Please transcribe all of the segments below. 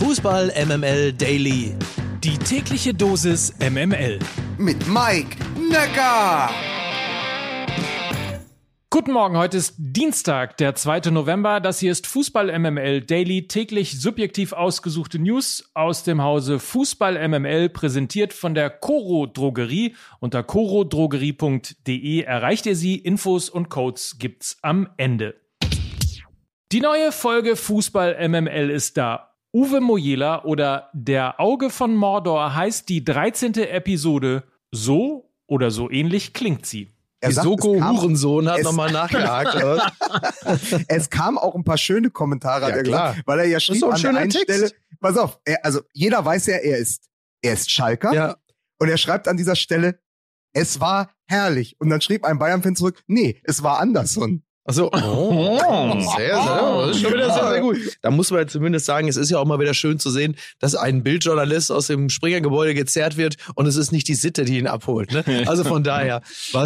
Fußball MML Daily. Die tägliche Dosis MML. Mit Mike Necker. Guten Morgen, heute ist Dienstag, der 2. November. Das hier ist Fußball MML Daily, täglich subjektiv ausgesuchte News aus dem Hause Fußball MML, präsentiert von der Coro Drogerie. Unter corodrogerie.de erreicht ihr sie. Infos und Codes gibt's am Ende. Die neue Folge Fußball MML ist da. Uwe Mojela oder Der Auge von Mordor heißt die 13. Episode. So oder so ähnlich klingt sie. Die Soko Hurensohn hat nochmal nachgehakt. Es kamen auch ein paar schöne Kommentare, hat er gesagt, weil er ja schrieb an der einen Stelle, pass auf, jeder weiß ja, er ist Schalker, ja. Und er schreibt an dieser Stelle, es war herrlich. Und dann schrieb ein Bayern-Fan zurück, nee, es war Anderson. Also, das ist schon wieder sehr, sehr gut. Da muss man ja zumindest sagen, es ist ja auch mal wieder schön zu sehen, dass ein Bildjournalist aus dem Springer-Gebäude gezerrt wird und es ist nicht die Sitte, die ihn abholt. Ne? Also von daher, was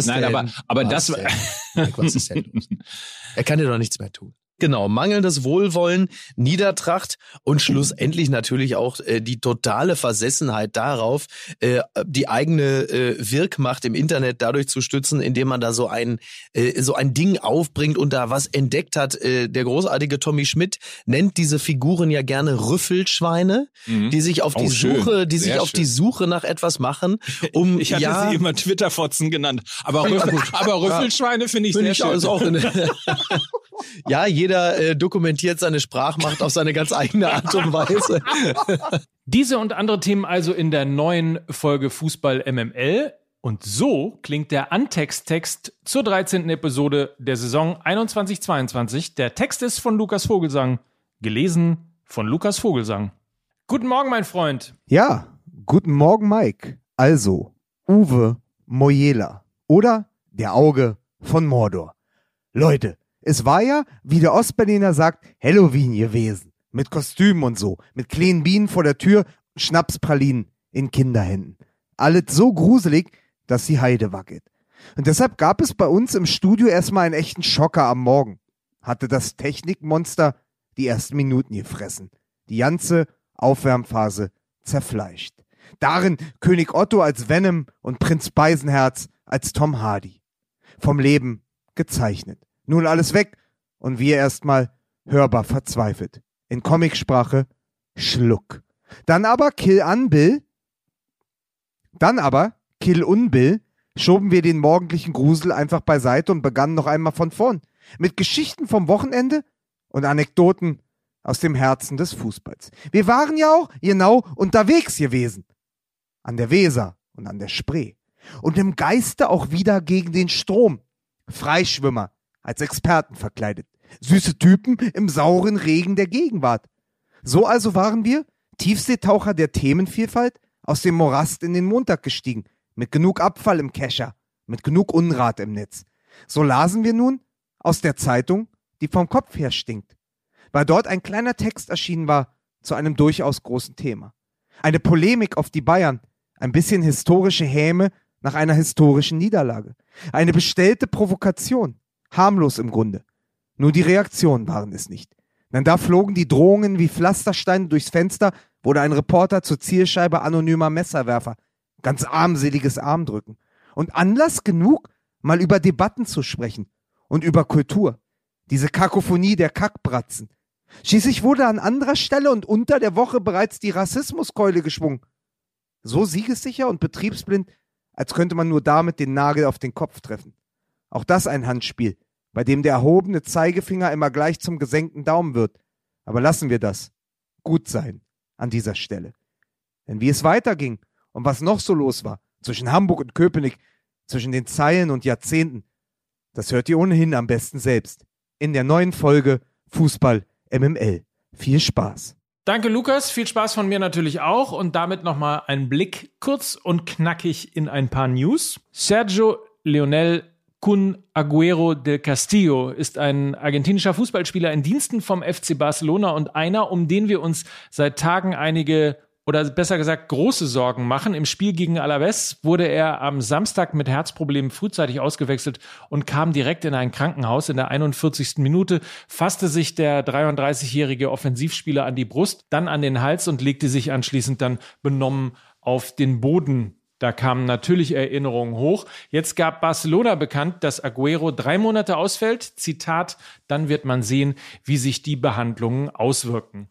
ist denn los? Er kann ja doch nichts mehr tun. Genau, mangelndes Wohlwollen, Niedertracht und schlussendlich natürlich auch die totale Versessenheit darauf, die eigene Wirkmacht im Internet dadurch zu stützen, indem man da so ein Ding aufbringt und da was entdeckt hat. Der großartige Tommy Schmidt nennt diese Figuren ja gerne Rüffelschweine, die sich auf die Suche nach etwas machen. Ich hatte sie immer Twitter-Fotzen genannt, aber Rüffelschweine finde ich sehr schön. Auch ja, jeder dokumentiert seine Sprachmacht auf seine ganz eigene Art und Weise. Diese und andere Themen also in der neuen Folge Fußball MML. Und so klingt der Antexttext zur 13. Episode der Saison 21/22. Der Text ist von Lukas Vogelsang, gelesen von Lukas Vogelsang. Guten Morgen, mein Freund. Ja, guten Morgen, Mike. Also, Uwe Mojela oder Der Auge von Mordor. Leute, es war ja, wie der Ostberliner sagt, Halloween gewesen. Mit Kostümen und so. Mit kleinen Bienen vor der Tür, Schnapspralinen in Kinderhänden. Alles so gruselig, dass die Heide wackelt. Und deshalb gab es bei uns im Studio erstmal einen echten Schocker am Morgen. Hatte das Technikmonster die ersten Minuten gefressen. Die ganze Aufwärmphase zerfleischt. Darin König Otto als Venom und Prinz Beisenherz als Tom Hardy. Vom Leben gezeichnet. Nun alles weg und wir erstmal hörbar verzweifelt. In Comicsprache Schluck. Dann aber Kill Unbill schoben wir den morgendlichen Grusel einfach beiseite und begannen noch einmal von vorn. Mit Geschichten vom Wochenende und Anekdoten aus dem Herzen des Fußballs. Wir waren ja auch genau unterwegs gewesen. An der Weser und an der Spree. Und im Geiste auch wieder gegen den Strom. Freischwimmer. Als Experten verkleidet. Süße Typen im sauren Regen der Gegenwart. So also waren wir, Tiefseetaucher der Themenvielfalt, aus dem Morast in den Montag gestiegen, mit genug Abfall im Kescher, mit genug Unrat im Netz. So lasen wir nun aus der Zeitung, die vom Kopf her stinkt, weil dort ein kleiner Text erschienen war zu einem durchaus großen Thema. Eine Polemik auf die Bayern, ein bisschen historische Häme nach einer historischen Niederlage. Eine bestellte Provokation. Harmlos im Grunde. Nur die Reaktionen waren es nicht. Denn da flogen die Drohungen wie Pflastersteine durchs Fenster, wurde ein Reporter zur Zielscheibe anonymer Messerwerfer. Ganz armseliges Armdrücken. Und Anlass genug, mal über Debatten zu sprechen. Und über Kultur. Diese Kakophonie der Kackbratzen. Schließlich wurde an anderer Stelle und unter der Woche bereits die Rassismuskeule geschwungen. So siegessicher und betriebsblind, als könnte man nur damit den Nagel auf den Kopf treffen. Auch das ein Handspiel, bei dem der erhobene Zeigefinger immer gleich zum gesenkten Daumen wird. Aber lassen wir das gut sein an dieser Stelle. Denn wie es weiterging und was noch so los war, zwischen Hamburg und Köpenick, zwischen den Zeilen und Jahrzehnten, das hört ihr ohnehin am besten selbst. In der neuen Folge Fußball MML. Viel Spaß. Danke, Lukas. Viel Spaß von mir natürlich auch. Und damit nochmal ein Blick kurz und knackig in ein paar News. Sergio Leonel Kun Agüero del Castillo ist ein argentinischer Fußballspieler in Diensten vom FC Barcelona und einer, um den wir uns seit Tagen einige oder besser gesagt große Sorgen machen. Im Spiel gegen Alavés wurde er am Samstag mit Herzproblemen frühzeitig ausgewechselt und kam direkt in ein Krankenhaus. In der 41. Minute fasste sich der 33-jährige Offensivspieler an die Brust, dann an den Hals und legte sich anschließend dann benommen auf den Boden. Da kamen natürlich Erinnerungen hoch. Jetzt gab Barcelona bekannt, dass Agüero 3 Monate ausfällt. Zitat, dann wird man sehen, wie sich die Behandlungen auswirken.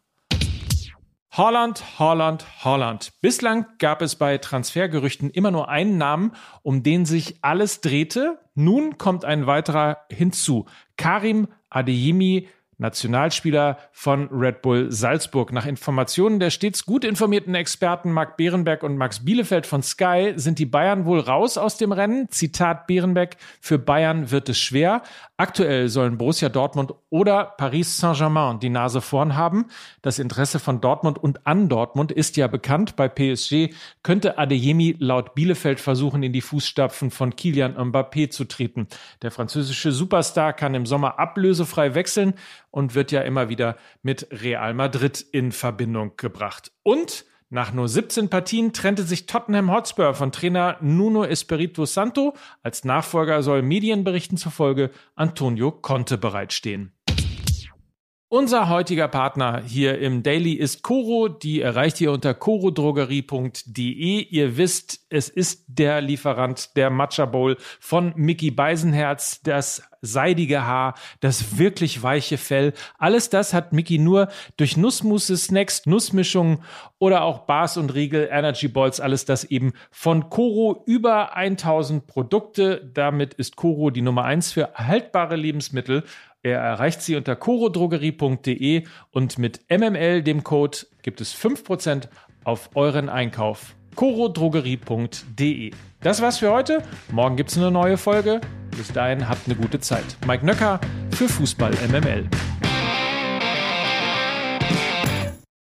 Haaland, Haaland, Haaland. Bislang gab es bei Transfergerüchten immer nur einen Namen, um den sich alles drehte. Nun kommt ein weiterer hinzu. Karim Adeyemi, Nationalspieler von Red Bull Salzburg. Nach Informationen der stets gut informierten Experten Marc Behrenbeck und Max Bielefeld von Sky sind die Bayern wohl raus aus dem Rennen. Zitat Behrenbeck, für Bayern wird es schwer. Aktuell sollen Borussia Dortmund oder Paris Saint-Germain die Nase vorn haben. Das Interesse von Dortmund und an Dortmund ist ja bekannt. Bei PSG könnte Adeyemi laut Bielefeld versuchen, in die Fußstapfen von Kylian Mbappé zu treten. Der französische Superstar kann im Sommer ablösefrei wechseln und wird ja immer wieder mit Real Madrid in Verbindung gebracht. Und nach nur 17 Partien trennte sich Tottenham Hotspur von Trainer Nuno Espirito Santo. Als Nachfolger soll Medienberichten zufolge Antonio Conte bereitstehen. Unser heutiger Partner hier im Daily ist Coro. Die erreicht ihr unter corodrogerie.de. Ihr wisst, es ist der Lieferant der Matcha Bowl von Mickey Beisenherz. Das seidige Haar, das wirklich weiche Fell. Alles das hat Mickey nur durch Nussmusse, Snacks, Nussmischungen oder auch Bars und Riegel, Energy Balls, alles das eben von Coro. Über 1000 Produkte. Damit ist Coro die Nummer 1 für haltbare Lebensmittel. Er erreicht sie unter corodrogerie.de und mit MML, dem Code, gibt es 5% auf euren Einkauf. corodrogerie.de. Das war's für heute. Morgen gibt's eine neue Folge. Bis dahin habt eine gute Zeit. Mike Nöcker für Fußball MML.